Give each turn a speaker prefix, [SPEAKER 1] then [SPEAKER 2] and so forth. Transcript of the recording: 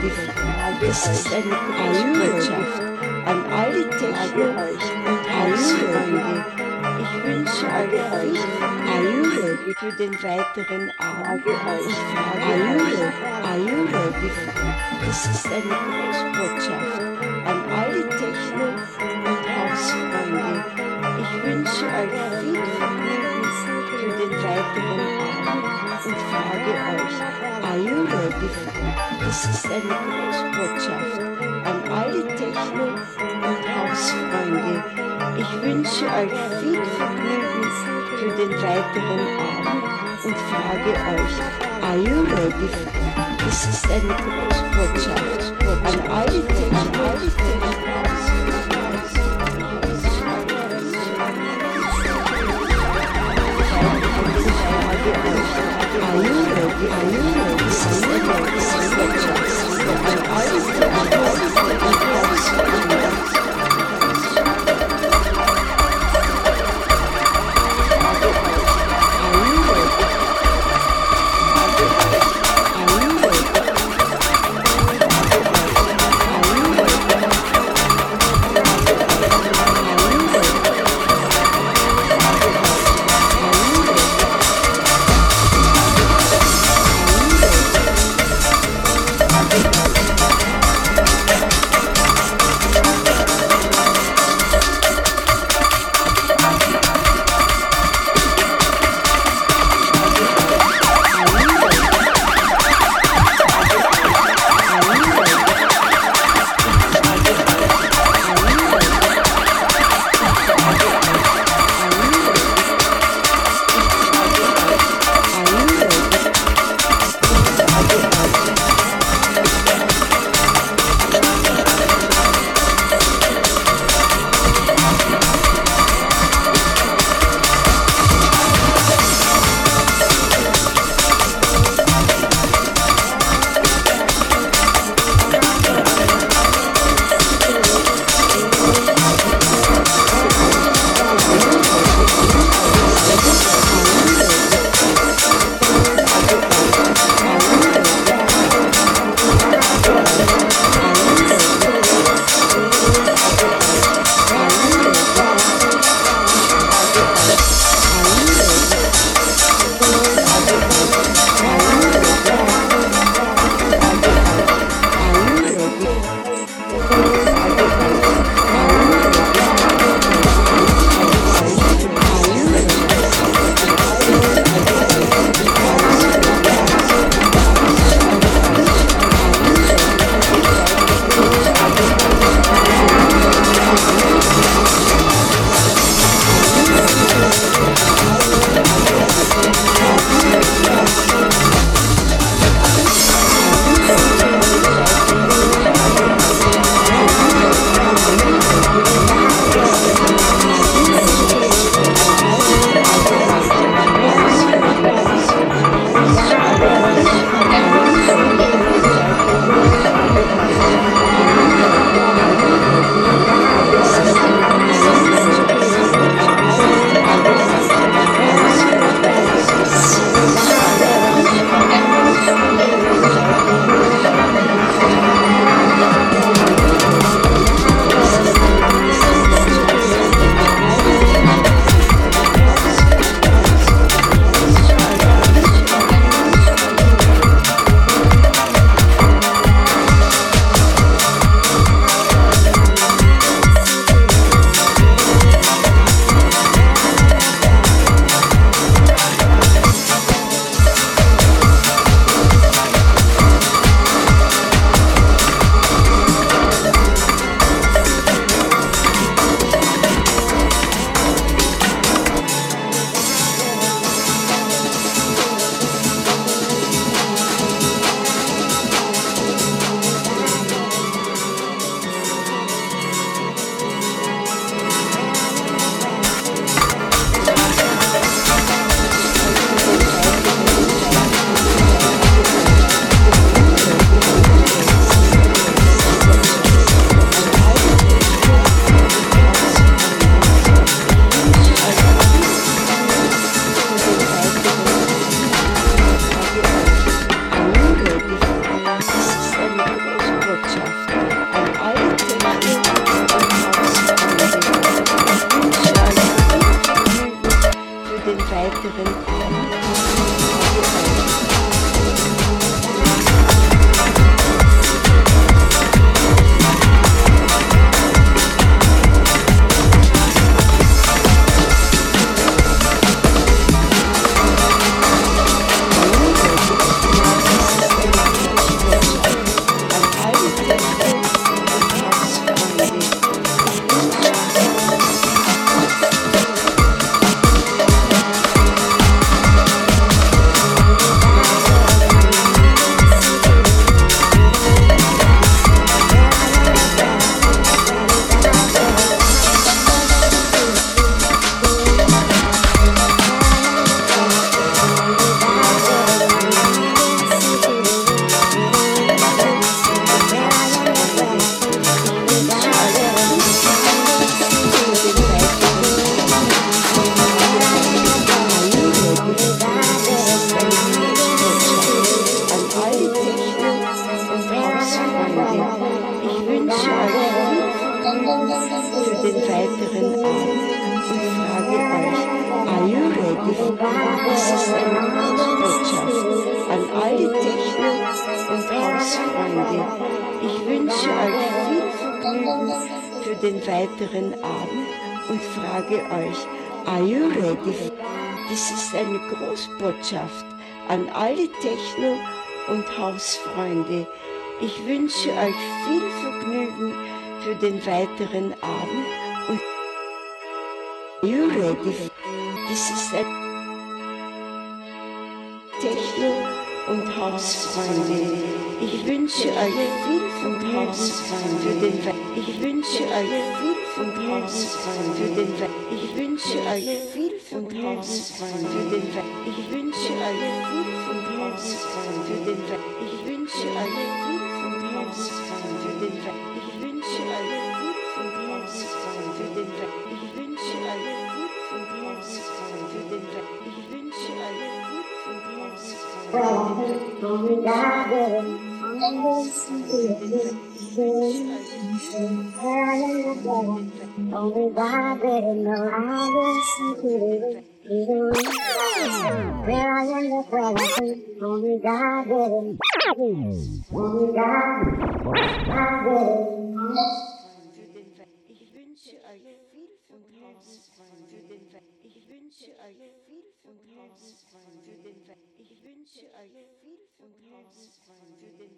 [SPEAKER 1] Das ist eine Grußbotschaft an alle Techno- und Hausfreunde. Ich wünsche euch viel Vergnügen für den weiteren Abend und frage euch, das ist eine Grußbotschaft an alle Techno- und Hausfreunde. Ich wünsche euch viel Vergnügen für den weiteren Abend und frage euch, are you ready? Das ist eine Grußbotschaft an alle Techno- und Hausfreunde. Ich wünsche euch viel Vergnügen für den weiteren Abend und frage euch, are you ready? Das ist eine Grußbotschaft an alle Techno- für den weiteren Abend und frage euch, are you ready? Dies ist eine Großbotschaft an alle Techno- und Hausfreunde. Ich wünsche euch viel Vergnügen für den weiteren Abend und frage euch, are you ready? Dies ist eine Großbotschaft an alle Techno- und Hausfreunde. Ich wünsche euch viel Vergnügen für den weiteren Abend und are you ready? Dies ist ein Techno- und Hausfreunde. Ich wünsche euch viel Vergnügen für den Ich wünsche euch viel Vergnügen für den Ich wünsche euch viel Vergnügen für den Ich wünsche euch viel Vergnügen für den Ich wünsche euch viel Vergnügen für den Ich wünsche euch viel Vergnügen für den Ich wünsche euch viel Vergnügen für den Ich wünsche euch viel Vergnügen
[SPEAKER 2] Only God didn't know I listened to it. Where I end up, where I think, only God didn't. Only God didn't.
[SPEAKER 1] Ich wünsche euch viel Vergnügen für den Ich wünsche euch viel Vergnügen für den Ich wünsche euch viel Vergnügen für den